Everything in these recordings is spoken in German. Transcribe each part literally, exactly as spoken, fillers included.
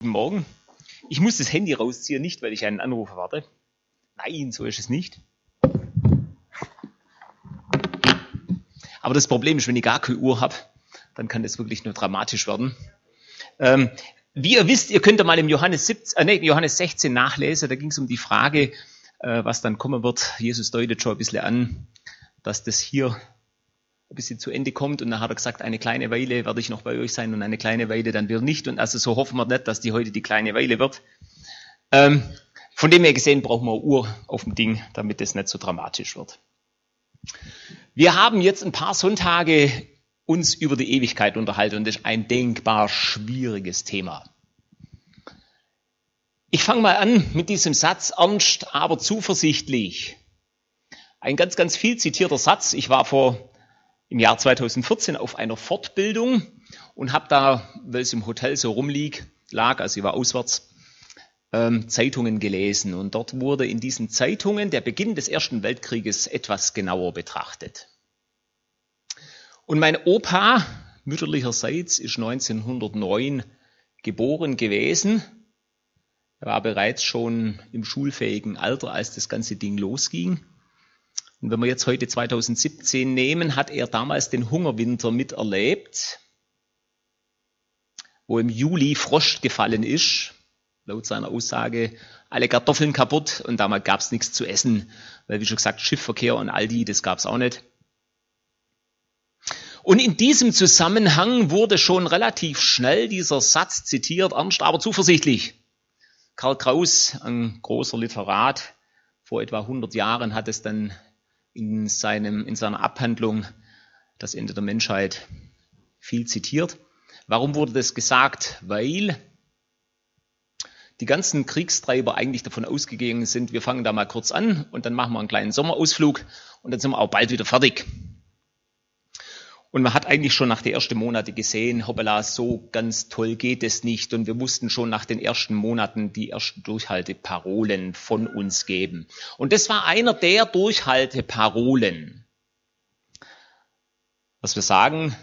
Guten Morgen. Ich muss das Handy rausziehen, nicht weil ich einen Anruf erwarte. Nein, so ist es nicht. Aber das Problem ist, wenn ich gar keine Uhr habe, dann kann das wirklich nur dramatisch werden. Ähm, wie ihr wisst, ihr könnt ja mal im Johannes, siebzehn, äh, nee, Johannes sechzehn nachlesen, da ging es um die Frage, äh, was dann kommen wird. Jesus deutet schon ein bisschen an, dass das hier ein bisschen zu Ende kommt, und dann hat er gesagt, eine kleine Weile werde ich noch bei euch sein und eine kleine Weile dann wieder nicht, und also so hoffen wir nicht, dass die heute die kleine Weile wird. Ähm, von dem her gesehen brauchen wir eine Uhr auf dem Ding, damit das nicht so dramatisch wird. Wir haben jetzt ein paar Sonntage uns über die Ewigkeit unterhalten, und das ist ein denkbar schwieriges Thema. Ich fange mal an mit diesem Satz, ernst, aber zuversichtlich. Ein ganz, ganz viel zitierter Satz. Ich war vor im Jahr zweitausendvierzehn auf einer Fortbildung und habe da, weil es im Hotel so rumlieg, lag, also ich war auswärts, ähm, Zeitungen gelesen. Und dort wurde in diesen Zeitungen der Beginn des Ersten Weltkrieges etwas genauer betrachtet. Und mein Opa, mütterlicherseits, ist neunzehnhundertneun geboren gewesen. Er war bereits schon im schulfähigen Alter, als das ganze Ding losging. Und wenn wir jetzt heute zweitausendsiebzehn nehmen, hat er damals den Hungerwinter miterlebt, wo im Juli Frost gefallen ist, laut seiner Aussage alle Kartoffeln kaputt, und damals gab es nichts zu essen, weil wie schon gesagt, Schiffverkehr und Aldi, das gab es auch nicht. Und in diesem Zusammenhang wurde schon relativ schnell dieser Satz zitiert, ernst, aber zuversichtlich. Karl Kraus, ein großer Literat, vor etwa hundert Jahren hat es dann in, seinem, in seiner Abhandlung Das Ende der Menschheit viel zitiert. Warum wurde das gesagt? Weil die ganzen Kriegstreiber eigentlich davon ausgegangen sind, wir fangen da mal kurz an und dann machen wir einen kleinen Sommerausflug und dann sind wir auch bald wieder fertig. Und man hat eigentlich schon nach den ersten Monaten gesehen, hoppala, so ganz toll geht es nicht. Und wir mussten schon nach den ersten Monaten die ersten Durchhalteparolen von uns geben. Und das war einer der Durchhalteparolen, dass wir sagen,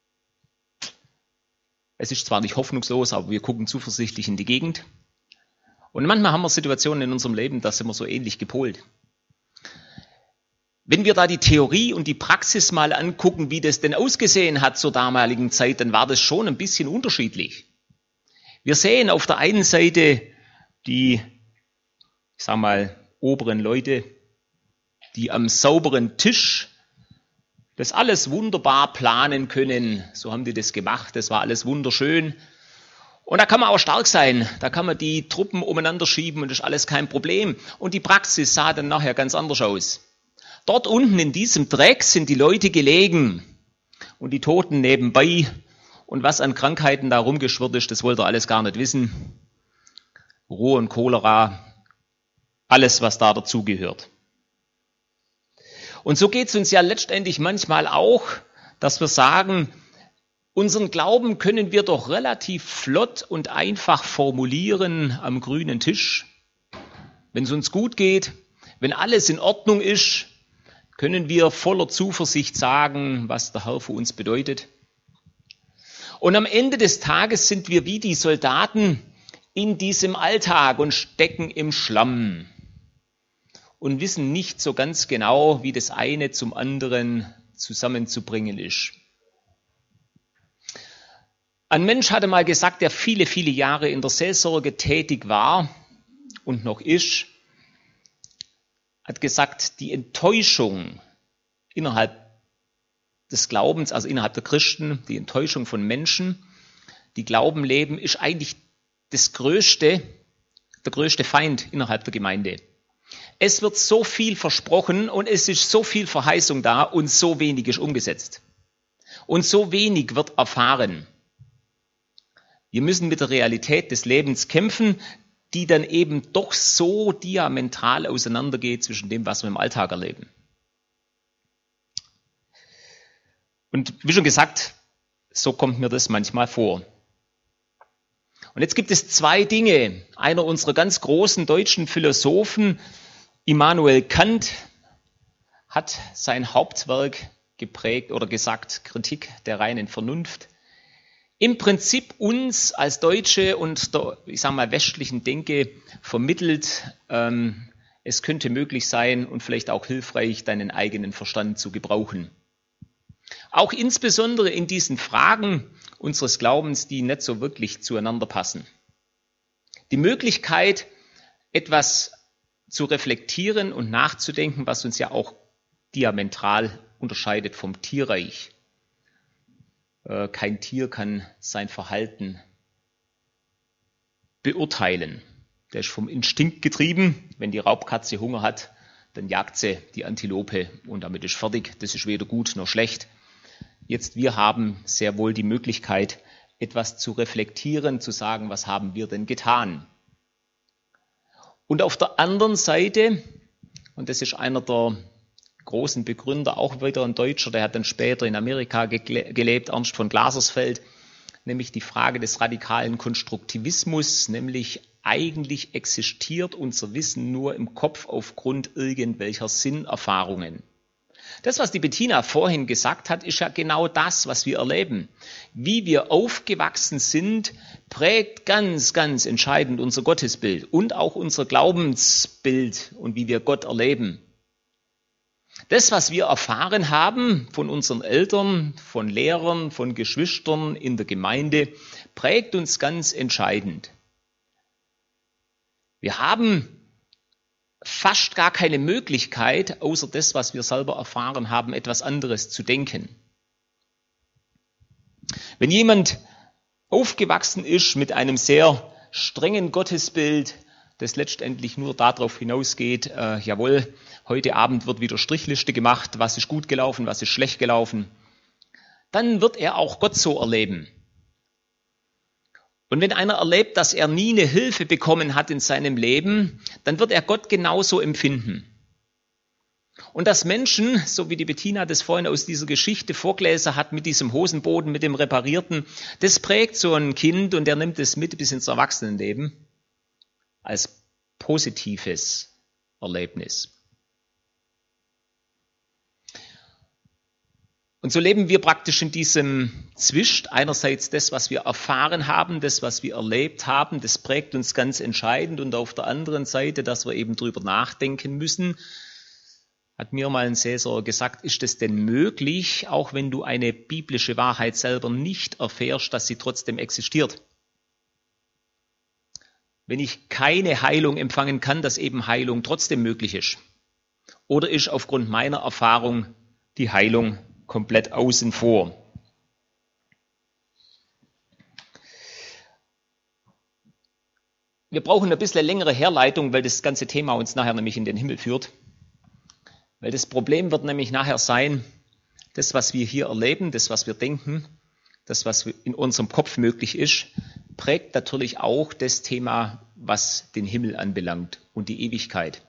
es ist zwar nicht hoffnungslos, aber wir gucken zuversichtlich in die Gegend. Und manchmal haben wir Situationen in unserem Leben, da sind wir so ähnlich gepolt. Wenn wir da die Theorie und die Praxis mal angucken, wie das denn ausgesehen hat zur damaligen Zeit, dann war das schon ein bisschen unterschiedlich. Wir sehen auf der einen Seite die, ich sag mal, oberen Leute, die am sauberen Tisch das alles wunderbar planen können. So haben die das gemacht, das war alles wunderschön. Und da kann man auch stark sein, da kann man die Truppen umeinander schieben und das ist alles kein Problem. Und die Praxis sah dann nachher ganz anders aus. Dort unten in diesem Dreck sind die Leute gelegen und die Toten nebenbei, und was an Krankheiten da rumgeschwirrt ist, das wollt ihr alles gar nicht wissen. Ruhr und Cholera, alles was da dazugehört. Und so geht es uns ja letztendlich manchmal auch, dass wir sagen, unseren Glauben können wir doch relativ flott und einfach formulieren am grünen Tisch. Wenn es uns gut geht, wenn alles in Ordnung ist, können wir voller Zuversicht sagen, was der Herr für uns bedeutet. Und am Ende des Tages sind wir wie die Soldaten in diesem Alltag und stecken im Schlamm und wissen nicht so ganz genau, wie das eine zum anderen zusammenzubringen ist. Ein Mensch hatte mal gesagt, der viele, viele Jahre in der Seelsorge tätig war und noch ist, hat gesagt, die Enttäuschung innerhalb des Glaubens, also innerhalb der Christen, die Enttäuschung von Menschen, die Glauben leben, ist eigentlich das größte, der größte Feind innerhalb der Gemeinde. Es wird so viel versprochen und es ist so viel Verheißung da und so wenig ist umgesetzt. Und so wenig wird erfahren. Wir müssen mit der Realität des Lebens kämpfen, die dann eben doch so diametral auseinandergeht zwischen dem, was wir im Alltag erleben. Und wie schon gesagt, so kommt mir das manchmal vor. Und jetzt gibt es zwei Dinge. Einer unserer ganz großen deutschen Philosophen, Immanuel Kant, hat sein Hauptwerk geprägt oder gesagt, Kritik der reinen Vernunft, im Prinzip uns als Deutsche und der, ich sage mal, westlichen Denke vermittelt, ähm, es könnte möglich sein und vielleicht auch hilfreich, deinen eigenen Verstand zu gebrauchen. Auch insbesondere in diesen Fragen unseres Glaubens, die nicht so wirklich zueinander passen. Die Möglichkeit, etwas zu reflektieren und nachzudenken, was uns ja auch diametral unterscheidet vom Tierreich. Äh, kein Tier kann sein Verhalten beurteilen. Der ist vom Instinkt getrieben. Wenn die Raubkatze Hunger hat, dann jagt sie die Antilope und damit ist fertig. Das ist weder gut noch schlecht. Jetzt, wir haben sehr wohl die Möglichkeit, etwas zu reflektieren, zu sagen, was haben wir denn getan? Und auf der anderen Seite, und das ist einer der großen Begründer, auch wieder ein Deutscher, der hat dann später in Amerika gelebt, Ernst von Glasersfeld, nämlich die Frage des radikalen Konstruktivismus, nämlich eigentlich existiert unser Wissen nur im Kopf aufgrund irgendwelcher Sinnerfahrungen. Das, was die Bettina vorhin gesagt hat, ist ja genau das, was wir erleben. Wie wir aufgewachsen sind, prägt ganz, ganz entscheidend unser Gottesbild und auch unser Glaubensbild und wie wir Gott erleben. Das, was wir erfahren haben von unseren Eltern, von Lehrern, von Geschwistern in der Gemeinde, prägt uns ganz entscheidend. Wir haben fast gar keine Möglichkeit, außer das, was wir selber erfahren haben, etwas anderes zu denken. Wenn jemand aufgewachsen ist mit einem sehr strengen Gottesbild, das letztendlich nur darauf hinausgeht, äh, jawohl, heute Abend wird wieder Strichliste gemacht, was ist gut gelaufen, was ist schlecht gelaufen, dann wird er auch Gott so erleben. Und wenn einer erlebt, dass er nie eine Hilfe bekommen hat in seinem Leben, dann wird er Gott genauso empfinden. Und dass Menschen, so wie die Bettina das vorhin aus dieser Geschichte vorgelesen hat, mit diesem Hosenboden, mit dem Reparierten, das prägt so ein Kind und der nimmt es mit bis ins Erwachsenenleben als positives Erlebnis. Und so leben wir praktisch in diesem Zwischt. Einerseits das, was wir erfahren haben, das, was wir erlebt haben, das prägt uns ganz entscheidend. Und auf der anderen Seite, dass wir eben drüber nachdenken müssen, hat mir mal ein Cäsar gesagt, ist es denn möglich, auch wenn du eine biblische Wahrheit selber nicht erfährst, dass sie trotzdem existiert? Wenn ich keine Heilung empfangen kann, dass eben Heilung trotzdem möglich ist? Oder ist aufgrund meiner Erfahrung die Heilung komplett außen vor? Wir brauchen ein bisschen längere Herleitung, weil das ganze Thema uns nachher nämlich in den Himmel führt. Weil das Problem wird nämlich nachher sein, das, was wir hier erleben, das, was wir denken, das, was in unserem Kopf möglich ist, prägt natürlich auch das Thema, was den Himmel anbelangt und die Ewigkeit.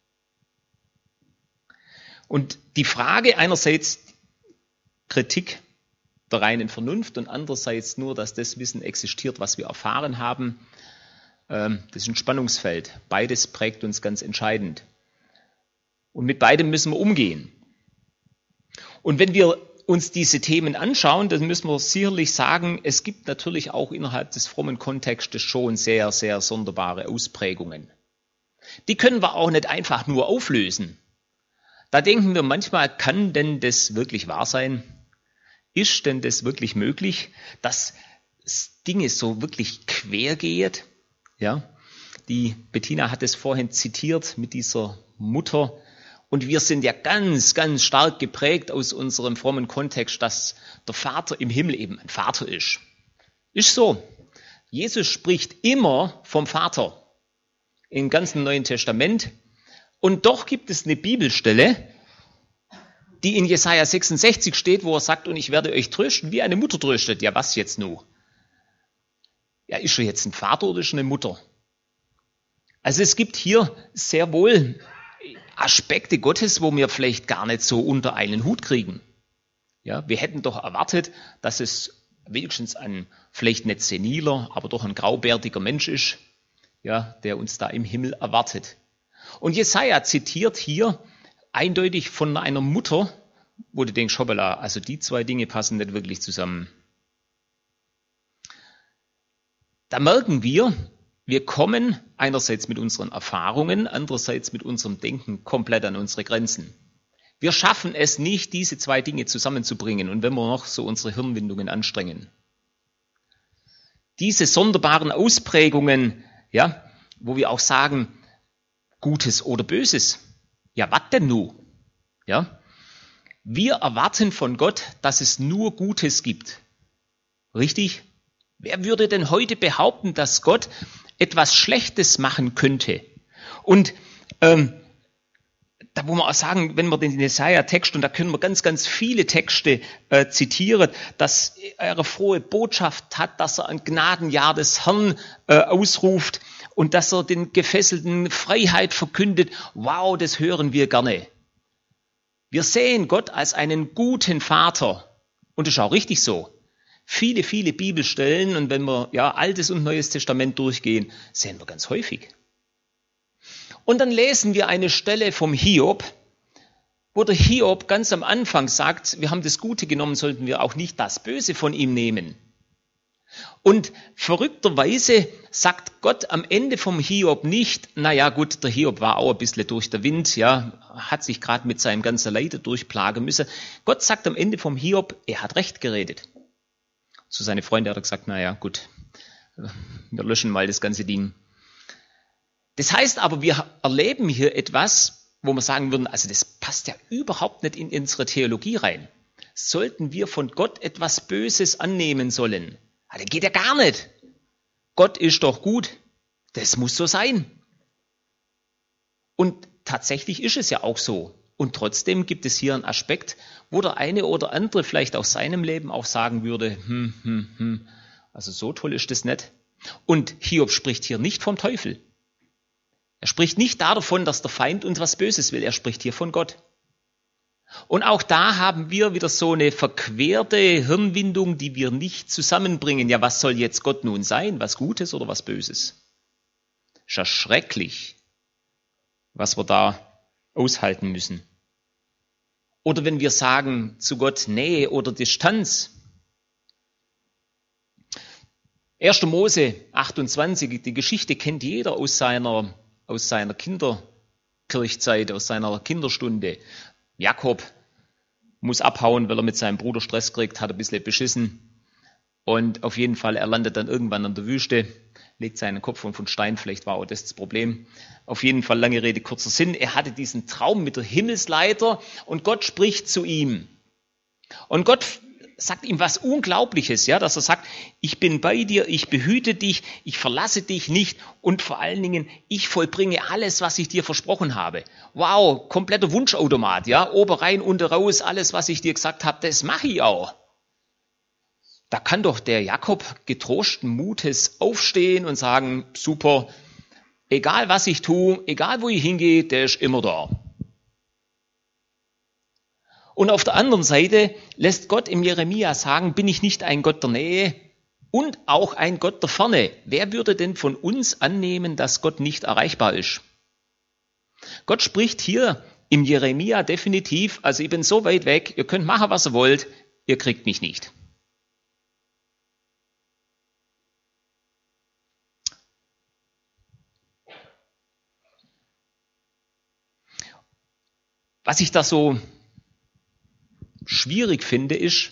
Und die Frage einerseits Kritik der reinen Vernunft und andererseits nur, dass das Wissen existiert, was wir erfahren haben, das ist ein Spannungsfeld. Beides prägt uns ganz entscheidend. Und mit beidem müssen wir umgehen. Und wenn wir uns diese Themen anschauen, dann müssen wir sicherlich sagen, es gibt natürlich auch innerhalb des frommen Kontextes schon sehr, sehr sonderbare Ausprägungen. Die können wir auch nicht einfach nur auflösen. Da denken wir manchmal, kann denn das wirklich wahr sein? Ist denn das wirklich möglich, dass Dinge so wirklich quer geht? Ja, die Bettina hat es vorhin zitiert mit dieser Mutter. Und wir sind ja ganz, ganz stark geprägt aus unserem frommen Kontext, dass der Vater im Himmel eben ein Vater ist. Ist so. Jesus spricht immer vom Vater im ganzen Neuen Testament. Und doch gibt es eine Bibelstelle, die in Jesaja sechsundsechzig steht, wo er sagt, und ich werde euch trösten, wie eine Mutter tröstet. Ja, was jetzt nun? Ja, ist er jetzt ein Vater oder ist er eine Mutter? Also es gibt hier sehr wohl Aspekte Gottes, wo wir vielleicht gar nicht so unter einen Hut kriegen. Ja, wir hätten doch erwartet, dass es wenigstens ein vielleicht nicht seniler, aber doch ein graubärtiger Mensch ist, ja, der uns da im Himmel erwartet. Und Jesaja zitiert hier eindeutig von einer Mutter, wo du denkst, hoppala, also die zwei Dinge passen nicht wirklich zusammen. da merken wir, wir kommen einerseits mit unseren Erfahrungen, andererseits mit unserem Denken komplett an unsere Grenzen. Wir schaffen es nicht, diese zwei Dinge zusammenzubringen, und wenn wir noch so unsere Hirnwindungen anstrengen. Diese sonderbaren Ausprägungen, ja, wo wir auch sagen, Gutes oder Böses. Ja, was denn nun? Ja, wir erwarten von Gott, dass es nur Gutes gibt. Richtig? Wer würde denn heute behaupten, dass Gott etwas Schlechtes machen könnte? Und ähm, da wo wir auch sagen, wenn wir den Jesaja-Text, und da können wir ganz, ganz viele Texte äh, zitieren, dass er eine frohe Botschaft hat, dass er ein Gnadenjahr des Herrn äh, ausruft und dass er den Gefesselten Freiheit verkündet. Wow, das hören wir gerne. Wir sehen Gott als einen guten Vater. Und das ist auch richtig so. Viele, viele Bibelstellen, und wenn wir ja Altes und Neues Testament durchgehen, sehen wir ganz häufig. Und dann lesen wir eine Stelle vom Hiob, wo der Hiob ganz am Anfang sagt, wir haben das Gute genommen, sollten wir auch nicht das Böse von ihm nehmen. Und verrückterweise sagt Gott am Ende vom Hiob nicht, naja gut, der Hiob war auch ein bisschen durch den Wind, ja, hat sich gerade mit seinem ganzen Leid durchplagen müssen. Gott sagt am Ende vom Hiob, er hat recht geredet. Zu seinen Freunden hat er gesagt, naja gut, wir löschen mal das ganze Ding. Das heißt aber, wir erleben hier etwas, wo wir sagen würden, also das passt ja überhaupt nicht in unsere Theologie rein. Sollten wir von Gott etwas Böses annehmen sollen? Das geht ja gar nicht. Gott ist doch gut. Das muss so sein. Und tatsächlich ist es ja auch so. Und trotzdem gibt es hier einen Aspekt, wo der eine oder andere vielleicht aus seinem Leben auch sagen würde, hm, hm, hm, also so toll ist das nicht. Und Hiob spricht hier nicht vom Teufel. Er spricht nicht davon, dass der Feind uns was Böses will. Er spricht hier von Gott. Und auch da haben wir wieder so eine verquerte Hirnwindung, die wir nicht zusammenbringen. Ja, was soll jetzt Gott nun sein? Was Gutes oder was Böses? Ist ja schrecklich, was wir da aushalten müssen. Oder wenn wir sagen zu Gott Nähe oder Distanz. erster Mose achtundzwanzig, die Geschichte kennt jeder aus seiner aus seiner Kinderkirchzeit, aus seiner Kinderstunde. Jakob muss abhauen, weil er mit seinem Bruder Stress kriegt, hat ein bisschen beschissen. Und auf jeden Fall, er landet dann irgendwann in der Wüste, legt seinen Kopf von Stein, vielleicht war auch das das Problem. Auf jeden Fall, lange Rede, kurzer Sinn, er hatte diesen Traum mit der Himmelsleiter und Gott spricht zu ihm. Und Gott sagt ihm was Unglaubliches, ja, dass er sagt, ich bin bei dir, ich behüte dich, ich verlasse dich nicht und vor allen Dingen, ich vollbringe alles, was ich dir versprochen habe. Wow, kompletter Wunschautomat, ja, oben rein, unten raus, alles, was ich dir gesagt habe, das mache ich auch. Da kann doch der Jakob getrosten Mutes aufstehen und sagen, super, egal was ich tue, egal wo ich hingehe, der ist immer da. Und auf der anderen Seite lässt Gott im Jeremia sagen, bin ich nicht ein Gott der Nähe und auch ein Gott der Ferne. Wer würde denn von uns annehmen, dass Gott nicht erreichbar ist? Gott spricht hier im Jeremia definitiv, also ich bin so weit weg, ihr könnt machen, was ihr wollt, ihr kriegt mich nicht. Was ich da so schwierig finde, ist,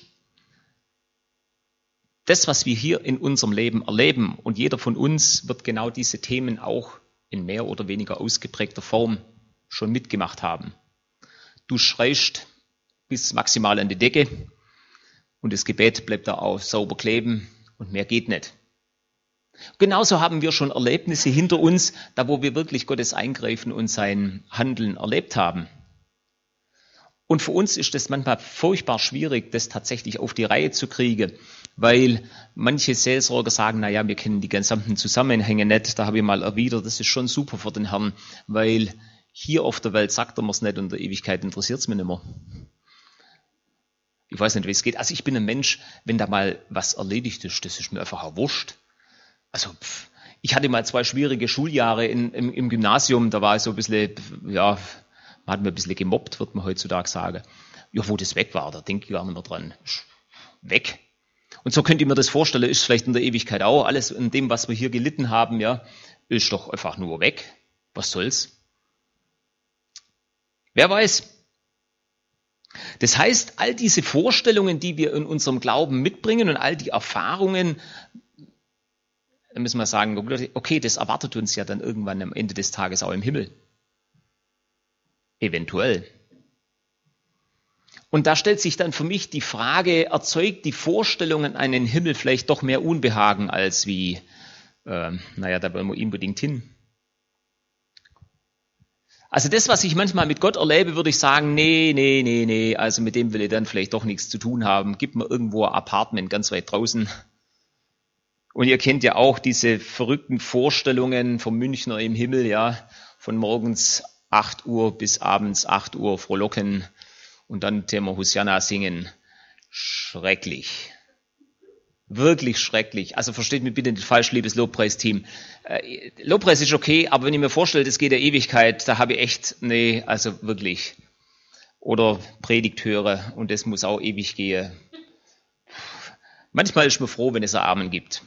das, was wir hier in unserem Leben erleben, und jeder von uns wird genau diese Themen auch in mehr oder weniger ausgeprägter Form schon mitgemacht haben. Du schreist bis maximal an die Decke und das Gebet bleibt da auch sauber kleben und mehr geht nicht. Genauso haben wir schon Erlebnisse hinter uns, da wo wir wirklich Gottes Eingreifen und sein Handeln erlebt haben. Und für uns ist es manchmal furchtbar schwierig, das tatsächlich auf die Reihe zu kriegen, weil manche Seelsorger sagen, naja, wir kennen die gesamten Zusammenhänge nicht, da habe ich mal erwidert, das ist schon super für den Herrn, weil hier auf der Welt sagt er mir's nicht und in der Ewigkeit interessiert es mich nicht mehr. Ich weiß nicht, wie es geht. Also ich bin ein Mensch, wenn da mal was erledigt ist, das ist mir einfach auch wurscht. Also pff, ich hatte mal zwei schwierige Schuljahre in, im, im Gymnasium, da war ich so ein bisschen, ja, man hat mir ein bisschen gemobbt, wird man heutzutage sagen. Ja, wo das weg war, da denke ich gar nicht mehr dran. Weg. Und so könnt ihr mir das vorstellen, ist vielleicht in der Ewigkeit auch. Alles in dem, was wir hier gelitten haben, ja, ist doch einfach nur weg. Was soll's? Wer weiß? Das heißt, all diese Vorstellungen, die wir in unserem Glauben mitbringen und all die Erfahrungen, da müssen wir sagen, okay, das erwartet uns ja dann irgendwann am Ende des Tages auch im Himmel. Eventuell. Und da stellt sich dann für mich die Frage, erzeugt die Vorstellung an einen Himmel vielleicht doch mehr Unbehagen als wie, äh, naja, da wollen wir unbedingt hin. Also das, was ich manchmal mit Gott erlebe, würde ich sagen, nee, nee, nee, nee, also mit dem will ich dann vielleicht doch nichts zu tun haben. Gib mir irgendwo ein Apartment ganz weit draußen. Und ihr kennt ja auch diese verrückten Vorstellungen vom Münchner im Himmel, ja, von morgens acht Uhr bis abends acht Uhr frohlocken und dann Thema Hosianna singen. Schrecklich. Wirklich schrecklich. Also versteht mich bitte nicht falsch, liebes Lobpreisteam. Äh, Lobpreis ist okay, aber wenn ich mir vorstelle, das geht der Ewigkeit, da habe ich echt, nee, also wirklich. Oder Predigt höre und das muss auch ewig gehen. Manchmal ist man froh, wenn es einen Amen gibt.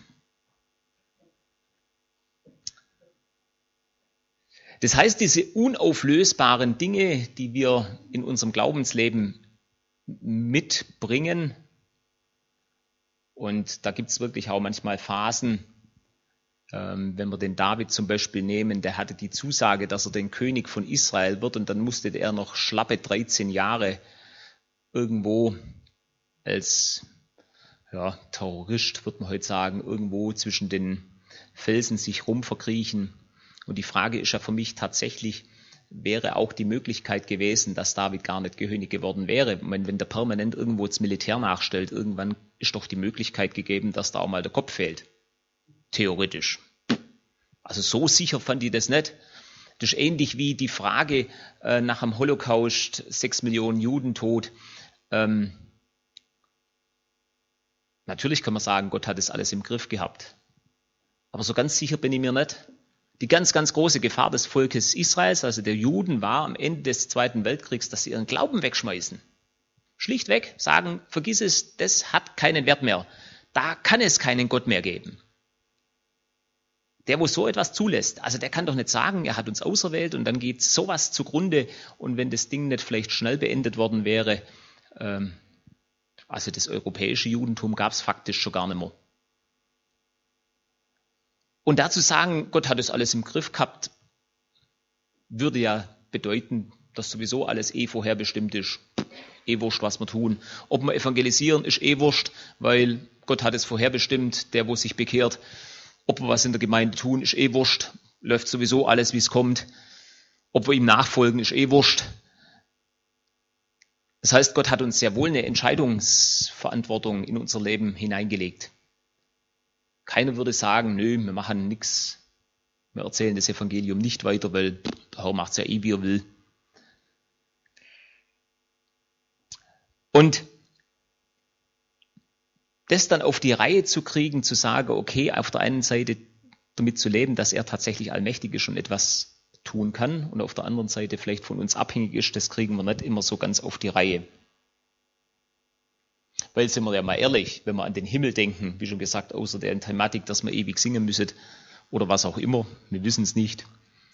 Das heißt, diese unauflösbaren Dinge, die wir in unserem Glaubensleben mitbringen, und da gibt es wirklich auch manchmal Phasen, ähm, wenn wir den David zum Beispiel nehmen, der hatte die Zusage, dass er den König von Israel wird und dann musste er noch schlappe dreizehn Jahre irgendwo als ja, Terrorist, wird man heute sagen, irgendwo zwischen den Felsen sich rumverkriechen. Und die Frage ist ja für mich tatsächlich, wäre auch die Möglichkeit gewesen, dass David gar nicht König geworden wäre. Wenn, wenn der permanent irgendwo das Militär nachstellt, irgendwann ist doch die Möglichkeit gegeben, dass da auch mal der Kopf fehlt. Theoretisch. Also so sicher fand ich das nicht. Das ist ähnlich wie die Frage äh, nach dem Holocaust, sechs Millionen Juden tot. Ähm, natürlich kann man sagen, Gott hat das alles im Griff gehabt. Aber so ganz sicher bin ich mir nicht. Die ganz, ganz große Gefahr des Volkes Israels, also der Juden, war am Ende des Zweiten Weltkriegs, dass sie ihren Glauben wegschmeißen. Schlichtweg sagen, vergiss es, das hat keinen Wert mehr. Da kann es keinen Gott mehr geben. Der, wo so etwas zulässt, also der kann doch nicht sagen, er hat uns auserwählt und dann geht sowas zugrunde und wenn das Ding nicht vielleicht schnell beendet worden wäre, ähm, also das europäische Judentum gab es faktisch schon gar nicht mehr. Und dazu sagen, Gott hat es alles im Griff gehabt, würde ja bedeuten, dass sowieso alles eh vorherbestimmt ist. Eh wurscht, was wir tun. Ob wir evangelisieren, ist eh wurscht, weil Gott hat es vorherbestimmt, der, wo sich bekehrt. Ob wir was in der Gemeinde tun, ist eh wurscht. Läuft sowieso alles, wie es kommt. Ob wir ihm nachfolgen, ist eh wurscht. Das heißt, Gott hat uns sehr wohl eine Entscheidungsverantwortung in unser Leben hineingelegt. Keiner würde sagen, nö, wir machen nichts, wir erzählen das Evangelium nicht weiter, weil der Herr macht es ja eh, wie er will. Und das dann auf die Reihe zu kriegen, zu sagen, okay, auf der einen Seite damit zu leben, dass er tatsächlich allmächtig ist und etwas tun kann und auf der anderen Seite vielleicht von uns abhängig ist, das kriegen wir nicht immer so ganz auf die Reihe. Weil, sind wir ja mal ehrlich, wenn wir an den Himmel denken, wie schon gesagt, außer der Thematik, dass wir ewig singen müssen oder was auch immer, wir wissen es nicht.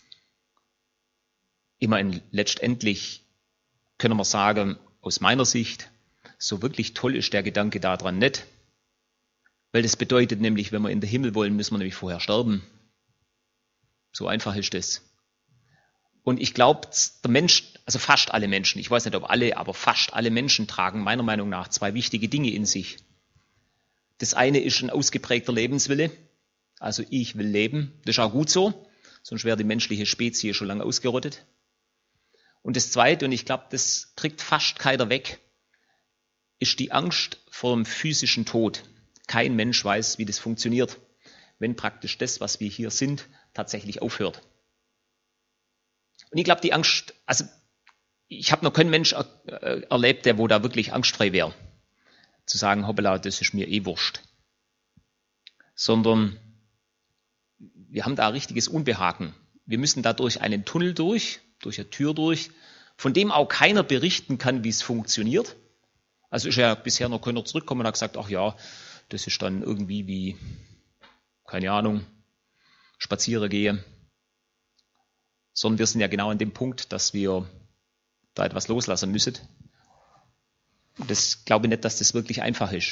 Ich meine, letztendlich können wir sagen, aus meiner Sicht, so wirklich toll ist der Gedanke daran nicht. Weil das bedeutet nämlich, wenn wir in den Himmel wollen, müssen wir nämlich vorher sterben. So einfach ist das. Und ich glaube, der Mensch, also fast alle Menschen, ich weiß nicht, ob alle, aber fast alle Menschen tragen meiner Meinung nach zwei wichtige Dinge in sich. Das eine ist ein ausgeprägter Lebenswille. Also ich will leben. Das ist auch gut so. Sonst wäre die menschliche Spezies schon lange ausgerottet. Und das zweite, und ich glaube, das kriegt fast keiner weg, ist die Angst vor dem physischen Tod. Kein Mensch weiß, wie das funktioniert, wenn praktisch das, was wir hier sind, tatsächlich aufhört. Und ich glaube, die Angst, also ich habe noch keinen Mensch er, äh, erlebt, der wo da wirklich angstfrei wäre. Zu sagen, hoppala, das ist mir eh wurscht. Sondern wir haben da ein richtiges Unbehagen. Wir müssen da durch einen Tunnel durch, durch eine Tür durch, von dem auch keiner berichten kann, wie es funktioniert. Also ist ja bisher noch keiner zurückgekommen und hat gesagt, ach ja, das ist dann irgendwie wie, keine Ahnung, spazieren gehe. Sondern wir sind ja genau an dem Punkt, dass wir da etwas loslassen müssen. Und das glaube ich nicht, dass das wirklich einfach ist.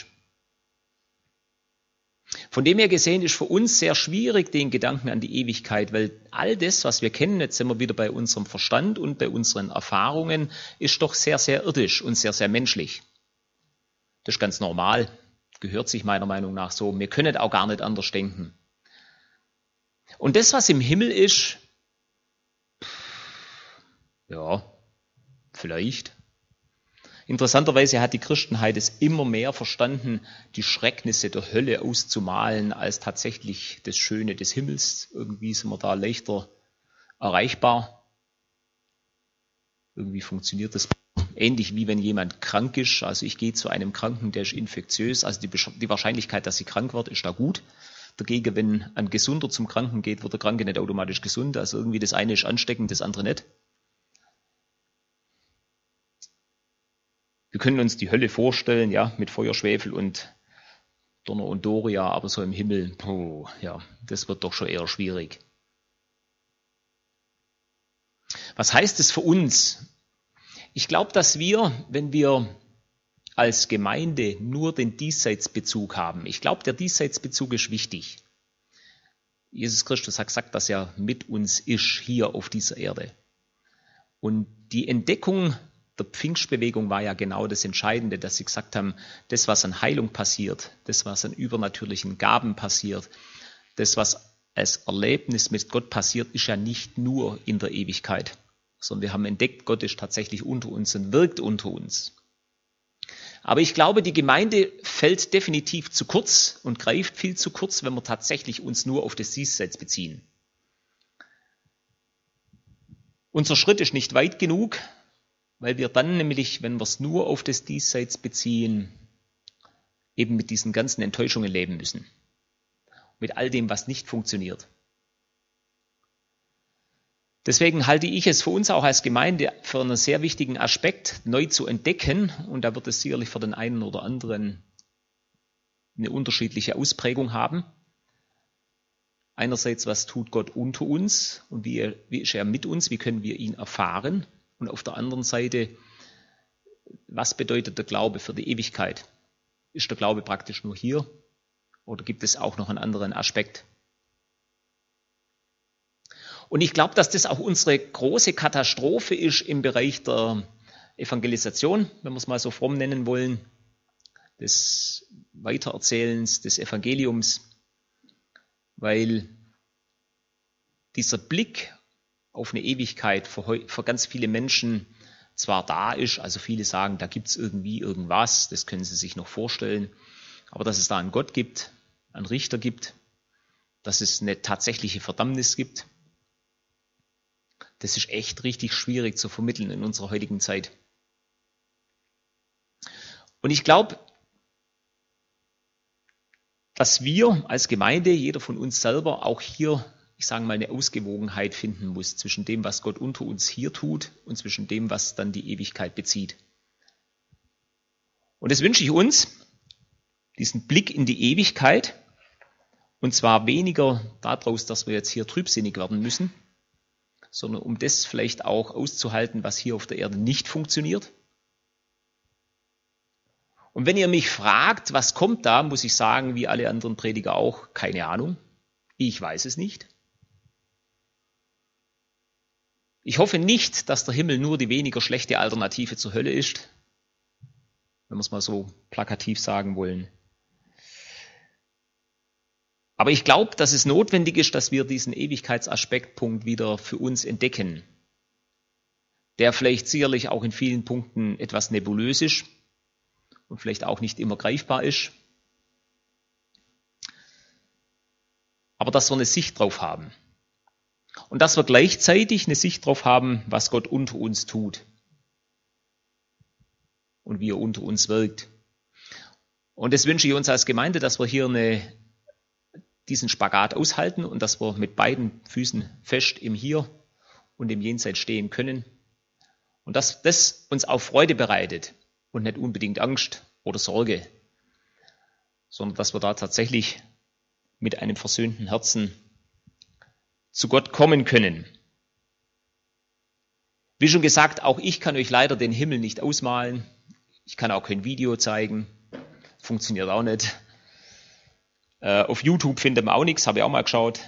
Von dem her gesehen ist für uns sehr schwierig, den Gedanken an die Ewigkeit, weil all das, was wir kennen, jetzt sind wir wieder bei unserem Verstand und bei unseren Erfahrungen, ist doch sehr, sehr irdisch und sehr, sehr menschlich. Das ist ganz normal, gehört sich meiner Meinung nach so. Wir können auch gar nicht anders denken. Und das, was im Himmel ist, ja, vielleicht. Interessanterweise hat die Christenheit es immer mehr verstanden, die Schrecknisse der Hölle auszumalen, als tatsächlich das Schöne des Himmels. Irgendwie sind wir da leichter erreichbar. Irgendwie funktioniert das ähnlich wie wenn jemand krank ist. Also ich gehe zu einem Kranken, der ist infektiös. Also die, die Wahrscheinlichkeit, dass sie krank wird, ist da gut. Dagegen, wenn ein Gesunder zum Kranken geht, wird der Kranke nicht automatisch gesund. Also irgendwie das eine ist ansteckend, das andere nicht. Wir können uns die Hölle vorstellen, ja, mit Feuer, Schwefel und Donner und Doria, aber so im Himmel, puh, ja, das wird doch schon eher schwierig. Was heißt es für uns? Ich glaube, dass wir, wenn wir als Gemeinde nur den Diesseitsbezug haben, ich glaube, der Diesseitsbezug ist wichtig. Jesus Christus hat gesagt, dass er mit uns ist, hier auf dieser Erde. Und die Entdeckung der Pfingstbewegung war ja genau das Entscheidende, dass sie gesagt haben, das, was an Heilung passiert, das, was an übernatürlichen Gaben passiert, das, was als Erlebnis mit Gott passiert, ist ja nicht nur in der Ewigkeit, sondern wir haben entdeckt, Gott ist tatsächlich unter uns und wirkt unter uns. Aber ich glaube, die Gemeinde fällt definitiv zu kurz und greift viel zu kurz, wenn wir tatsächlich uns nur auf das Diesseits beziehen. Unser Schritt ist nicht weit genug, weil wir dann nämlich, wenn wir es nur auf das Diesseits beziehen, eben mit diesen ganzen Enttäuschungen leben müssen. Mit all dem, was nicht funktioniert. Deswegen halte ich es für uns auch als Gemeinde für einen sehr wichtigen Aspekt, neu zu entdecken. Und da wird es sicherlich für den einen oder anderen eine unterschiedliche Ausprägung haben. Einerseits, was tut Gott unter uns und wie, er, wie ist er mit uns, wie können wir ihn erfahren? Und auf der anderen Seite, was bedeutet der Glaube für die Ewigkeit? Ist der Glaube praktisch nur hier oder gibt es auch noch einen anderen Aspekt? Und ich glaube, dass das auch unsere große Katastrophe ist im Bereich der Evangelisation, wenn wir es mal so fromm nennen wollen, des Weitererzählens des Evangeliums, weil dieser Blick auf eine Ewigkeit für, für ganz viele Menschen zwar da ist, also viele sagen, da gibt es irgendwie irgendwas, das können sie sich noch vorstellen, aber dass es da einen Gott gibt, einen Richter gibt, dass es eine tatsächliche Verdammnis gibt, das ist echt richtig schwierig zu vermitteln in unserer heutigen Zeit. Und ich glaube, dass wir als Gemeinde, jeder von uns selber, auch hier, ich sage mal, eine Ausgewogenheit finden muss zwischen dem, was Gott unter uns hier tut und zwischen dem, was dann die Ewigkeit bezieht. Und das wünsche ich uns, diesen Blick in die Ewigkeit, und zwar weniger daraus, dass wir jetzt hier trübsinnig werden müssen, sondern um das vielleicht auch auszuhalten, was hier auf der Erde nicht funktioniert. Und wenn ihr mich fragt, was kommt da, muss ich sagen, wie alle anderen Prediger auch, keine Ahnung. Ich weiß es nicht. Ich hoffe nicht, dass der Himmel nur die weniger schlechte Alternative zur Hölle ist, wenn wir es mal so plakativ sagen wollen. Aber ich glaube, dass es notwendig ist, dass wir diesen Ewigkeitsaspektpunkt wieder für uns entdecken, der vielleicht sicherlich auch in vielen Punkten etwas nebulös ist und vielleicht auch nicht immer greifbar ist, aber dass wir eine Sicht drauf haben. Und dass wir gleichzeitig eine Sicht drauf haben, was Gott unter uns tut und wie er unter uns wirkt. Und das wünsche ich uns als Gemeinde, dass wir hier eine, diesen Spagat aushalten und dass wir mit beiden Füßen fest im Hier und im Jenseits stehen können. Und dass das uns auch Freude bereitet und nicht unbedingt Angst oder Sorge. sondern dass wir da tatsächlich mit einem versöhnten Herzen zu Gott kommen können. Wie schon gesagt, auch ich kann euch leider den Himmel nicht ausmalen. Ich kann auch kein Video zeigen. Funktioniert auch nicht. Äh, auf YouTube findet man auch nichts, habe ich auch mal geschaut.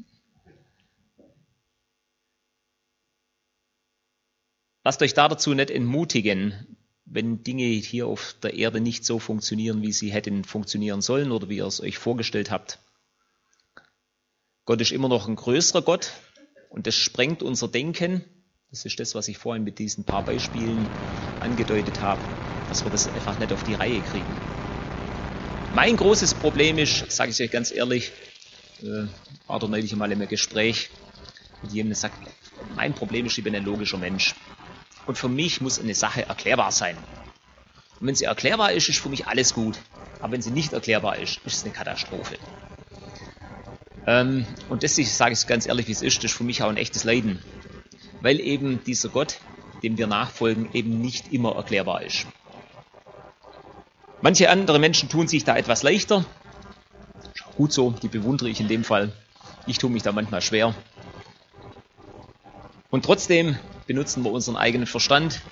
Lasst euch da dazu nicht entmutigen, wenn Dinge hier auf der Erde nicht so funktionieren, wie sie hätten funktionieren sollen oder wie ihr es euch vorgestellt habt. Gott ist immer noch ein größerer Gott und das sprengt unser Denken. Das ist das, was ich vorhin mit diesen paar Beispielen angedeutet habe, dass wir das einfach nicht auf die Reihe kriegen. Mein großes Problem ist, sage ich euch ganz ehrlich, äh, war da neulich mal in einem Gespräch mit jemandem, der sagt, mein Problem ist, ich bin ein logischer Mensch. Und für mich muss eine Sache erklärbar sein. Und wenn sie erklärbar ist, ist für mich alles gut. Aber wenn sie nicht erklärbar ist, ist es eine Katastrophe. Ähm, und das sage ich ganz ehrlich, wie es ist, das ist für mich auch ein echtes Leiden. Weil eben dieser Gott, dem wir nachfolgen, eben nicht immer erklärbar ist. Manche andere Menschen tun sich da etwas leichter. Ist auch gut so, die bewundere ich in dem Fall. Ich tue mich da manchmal schwer. Und trotzdem benutzen wir unseren eigenen Verstand,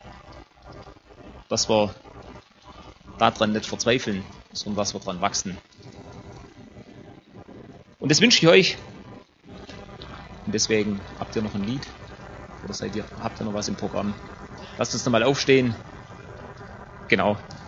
dass wir daran nicht verzweifeln, sondern dass wir daran wachsen. Und das wünsche ich euch. Und deswegen habt ihr noch ein Lied. Oder seid ihr, habt ihr noch was im Programm? Lasst uns nochmal aufstehen. Genau.